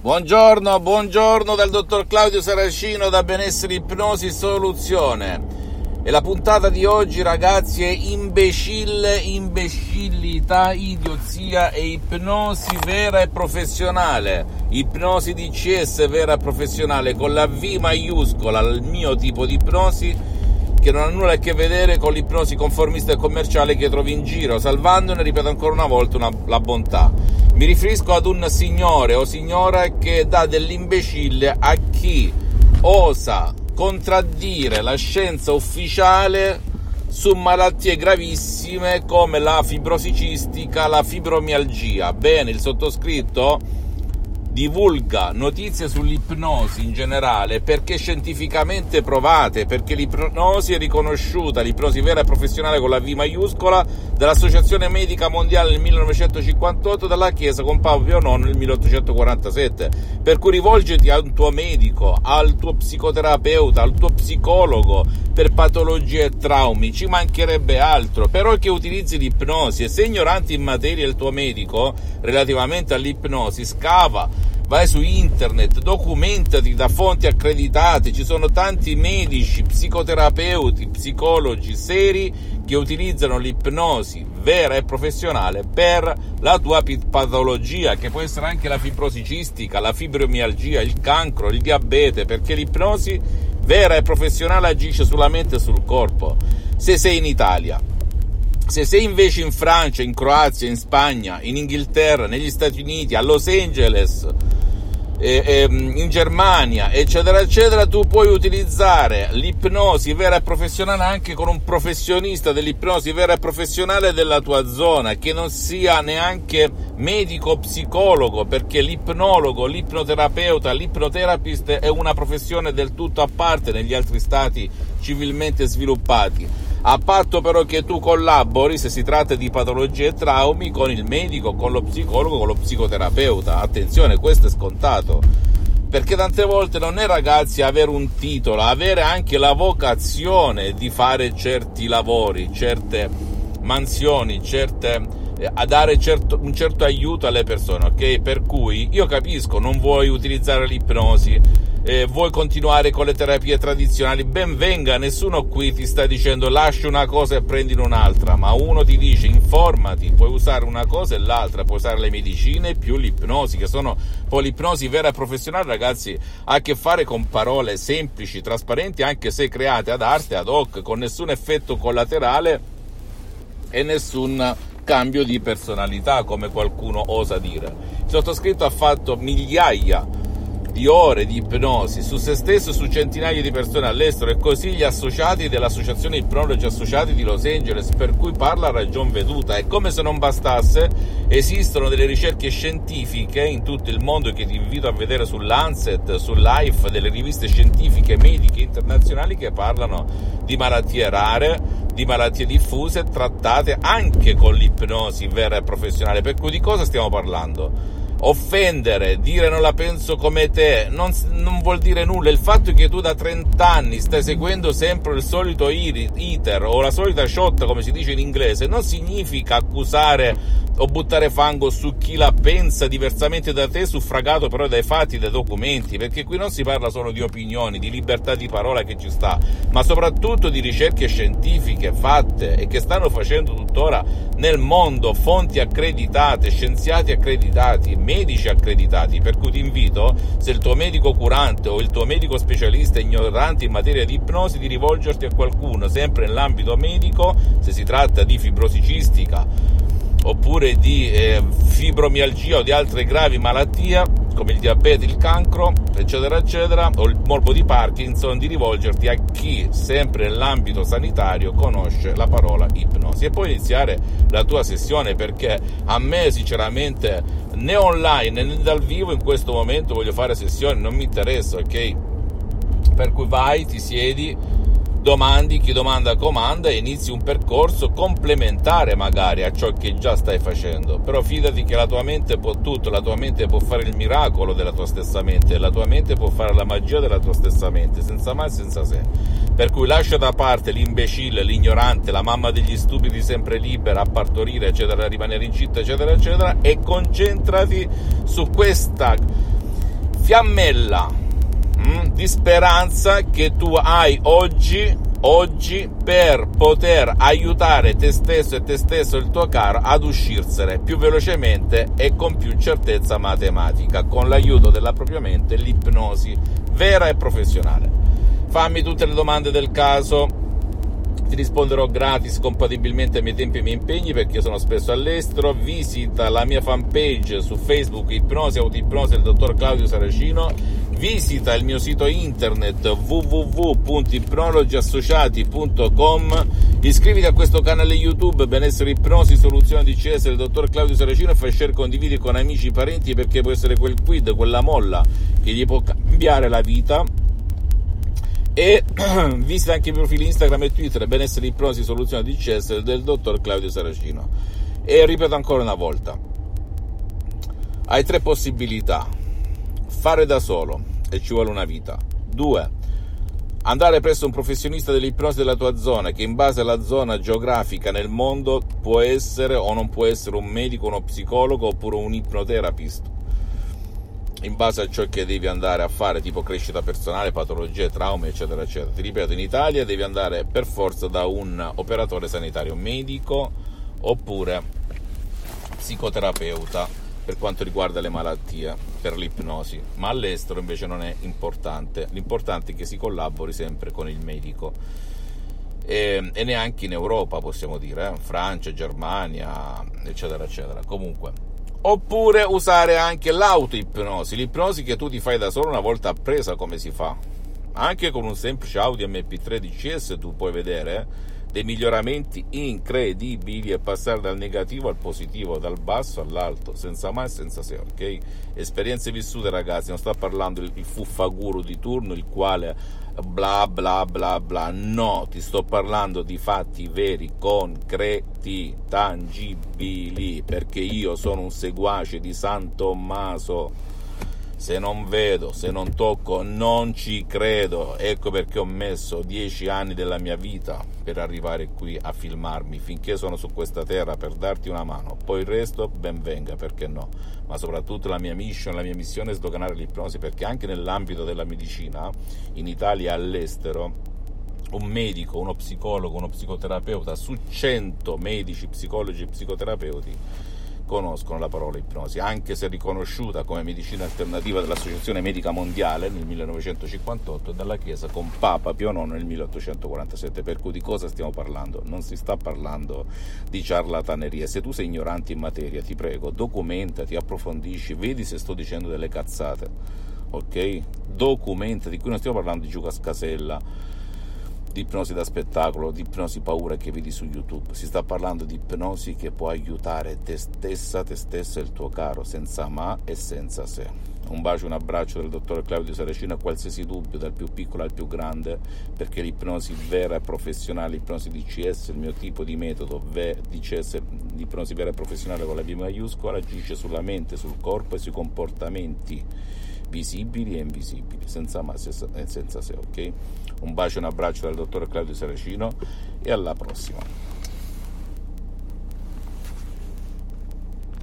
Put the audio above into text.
Buongiorno dal dottor Claudio Saracino da Benessere Ipnosi Soluzione. E la puntata di oggi, ragazzi, è imbecillità, idiozia e ipnosi vera e professionale. Ipnosi DCS vera e professionale con la V maiuscola, il mio tipo di ipnosi che non ha nulla a che vedere con l'ipnosi conformista e commerciale che trovi in giro, salvandone, ripeto ancora una volta, la bontà. Mi riferisco ad un signore o signora che dà dell'imbecille a chi osa contraddire la scienza ufficiale su malattie gravissime come la fibrosi cistica, la fibromialgia. Bene, il sottoscritto divulga notizie sull'ipnosi in generale perché scientificamente provate, perché l'ipnosi è riconosciuta, l'ipnosi vera e professionale con la V maiuscola, dall'Associazione Medica Mondiale nel 1958, dalla Chiesa con Papa Pio IX nel 1847. Per cui rivolgiti al tuo medico, al tuo psicoterapeuta, al tuo psicologo per patologie e traumi, ci mancherebbe altro, però che utilizzi l'ipnosi. E se ignorante in materia il tuo medico relativamente all'ipnosi, scava, vai su internet, documentati da fonti accreditate, ci sono tanti medici, psicoterapeuti, psicologi seri che utilizzano l'ipnosi vera e professionale per la tua patologia, che può essere anche la fibrosi cistica, la fibromialgia, il cancro, il diabete, perché l'ipnosi vera e professionale agisce sulla mente e sul corpo. Se sei in Italia, se sei invece in Francia, in Croazia, in Spagna, in Inghilterra, negli Stati Uniti, a Los Angeles, in Germania, eccetera eccetera, tu puoi utilizzare l'ipnosi vera e professionale anche con un professionista dell'ipnosi vera e professionale della tua zona, che non sia neanche medico o psicologo, perché l'ipnologo, l'ipnoterapeuta, l'ipnoterapist è una professione del tutto a parte negli altri stati civilmente sviluppati, a patto però che tu collabori, se si tratta di patologie e traumi, con il medico, con lo psicologo, con lo psicoterapeuta. Attenzione, questo è scontato, perché tante volte non è, ragazzi, avere un titolo, avere anche la vocazione di fare certi lavori, certe mansioni, a dare un certo aiuto alle persone, ok? Per cui io capisco, non vuoi utilizzare l'ipnosi, vuoi continuare con le terapie tradizionali, ben venga, nessuno qui ti sta dicendo lascia una cosa e prendine un'altra, ma uno ti dice informati, puoi usare una cosa e l'altra, puoi usare le medicine più l'ipnosi, che sono poi l'ipnosi vera e professionale, ragazzi, ha a che fare con parole semplici, trasparenti, anche se create ad arte, ad hoc, con nessun effetto collaterale e nessun cambio di personalità, come qualcuno osa dire. Il sottoscritto ha fatto migliaia di ore di ipnosi su se stesso e su centinaia di persone all'estero, e così gli associati dell'Associazione Ipnologi Associati di Los Angeles, per cui parla a ragion veduta. E come se non bastasse, esistono delle ricerche scientifiche in tutto il mondo che ti invito a vedere su Lancet, su Life, delle riviste scientifiche mediche internazionali che parlano di malattie rare, di malattie diffuse, trattate anche con l'ipnosi vera e professionale. Per cui di cosa stiamo parlando? Offendere, dire non la penso come te, non vuol dire nulla. Il fatto che tu da 30 anni stai seguendo sempre il solito iter o la solita shot, come si dice in inglese, non significa accusare o buttare fango su chi la pensa diversamente da te, suffragato però dai fatti, dai documenti, perché qui non si parla solo di opinioni, di libertà di parola che ci sta, ma soprattutto di ricerche scientifiche fatte e che stanno facendo tuttora nel mondo, fonti accreditate, scienziati accreditati, medici accreditati. Per cui ti invito, se il tuo medico curante o il tuo medico specialista è ignorante in materia di ipnosi, di rivolgerti a qualcuno sempre nell'ambito medico, se si tratta di fibrosi cistica oppure di fibromialgia o di altre gravi malattie come il diabete, il cancro, eccetera eccetera, o il morbo di Parkinson, di rivolgerti a chi sempre nell'ambito sanitario conosce la parola ipnosi, e poi iniziare la tua sessione, perché a me sinceramente né online né dal vivo in questo momento voglio fare sessioni, non mi interessa, ok? Per cui vai, ti siedi, domandi, chi domanda comanda, e inizi un percorso complementare magari a ciò che già stai facendo. Però fidati che la tua mente può tutto, la tua mente può fare il miracolo della tua stessa mente, la tua mente può fare la magia della tua stessa mente, senza mai e senza se. Per cui lascia da parte l'imbecille, l'ignorante, la mamma degli stupidi sempre libera a partorire, eccetera, a rimanere incinta, eccetera eccetera, e concentrati su questa fiammella di speranza che tu hai oggi per poter aiutare te stesso e te stesso, il tuo caro, ad uscirsene più velocemente e con più certezza matematica, con l'aiuto della propria mente, l'ipnosi vera e professionale. Fammi tutte le domande del caso, ti risponderò gratis, compatibilmente ai miei tempi e ai miei impegni, perché io sono spesso all'estero. Visita la mia fanpage su Facebook, Ipnosi Autoipnosi del dottor Claudio Saracino. Visita il mio sito internet www.ipnologiassociati.com. Iscriviti a questo canale YouTube Benessere Ipnosi Soluzione DCS del dottor Claudio Saracino e fai share, condividi con amici e parenti, perché può essere quel quid, quella molla che gli può cambiare la vita. E visita anche i profili Instagram e Twitter Benessere Ipnosi Soluzione DCS del dottor Claudio Saracino. E ripeto ancora una volta, hai 3 possibilità: fare da solo, e ci vuole una vita; 2, andare presso un professionista dell'ipnosi della tua zona, che in base alla zona geografica nel mondo può essere o non può essere un medico, uno psicologo oppure un ipnoterapista, in base a ciò che devi andare a fare, tipo crescita personale, patologie, traumi, eccetera eccetera. Ti ripeto, in Italia devi andare per forza da un operatore sanitario, medico oppure psicoterapeuta per quanto riguarda le malattie, per l'ipnosi, ma all'estero invece non è importante. L'importante è che si collabori sempre con il medico, e neanche in Europa, possiamo dire, Francia, Germania, eccetera eccetera. Comunque, oppure usare anche l'autoipnosi, l'ipnosi che tu ti fai da solo una volta appresa. Come si fa? Anche con un semplice audio MP3 DCS tu puoi vedere dei miglioramenti incredibili e passare dal negativo al positivo, dal basso all'alto, senza mai e senza se, ok? Esperienze vissute, ragazzi, non sto parlando il fuffaguru di turno, il quale bla bla bla bla, no, ti sto parlando di fatti veri, concreti, tangibili, perché io sono un seguace di San Tommaso. Se non vedo, se non tocco, non ci credo. Ecco perché ho messo 10 anni della mia vita per arrivare qui a filmarmi, finché sono su questa terra, per darti una mano. Poi il resto ben venga, perché no? Ma soprattutto la mia mission, la mia missione è sdoganare l'ipnosi, perché anche nell'ambito della medicina, in Italia e all'estero, un medico, uno psicologo, uno psicoterapeuta su 100 medici, psicologi e psicoterapeuti conoscono la parola ipnosi, anche se riconosciuta come medicina alternativa dall'Associazione Medica Mondiale nel 1958 e dalla Chiesa con Papa Pio IX nel 1847. Per cui di cosa stiamo parlando? Non si sta parlando di ciarlatanerie. Se tu sei ignorante in materia, ti prego, documentati, approfondisci, vedi se sto dicendo delle cazzate, ok? Documentati. Qui non stiamo parlando di Giuca Scasella, di ipnosi da spettacolo, di ipnosi paura che vedi su YouTube. Si sta parlando di ipnosi che può aiutare te stessa, te stesso e il tuo caro, senza ma e senza se. Un bacio, un abbraccio del dottor Claudio Saracino a qualsiasi dubbio, dal più piccolo al più grande, perché l'ipnosi vera e professionale, l'ipnosi DCS, il mio tipo di metodo DCS, l'ipnosi vera e professionale con la V maiuscola, agisce sulla mente, sul corpo e sui comportamenti visibili e invisibili, senza ma e senza se, ok? Un bacio e un abbraccio dal dottor Claudio Saracino e alla prossima.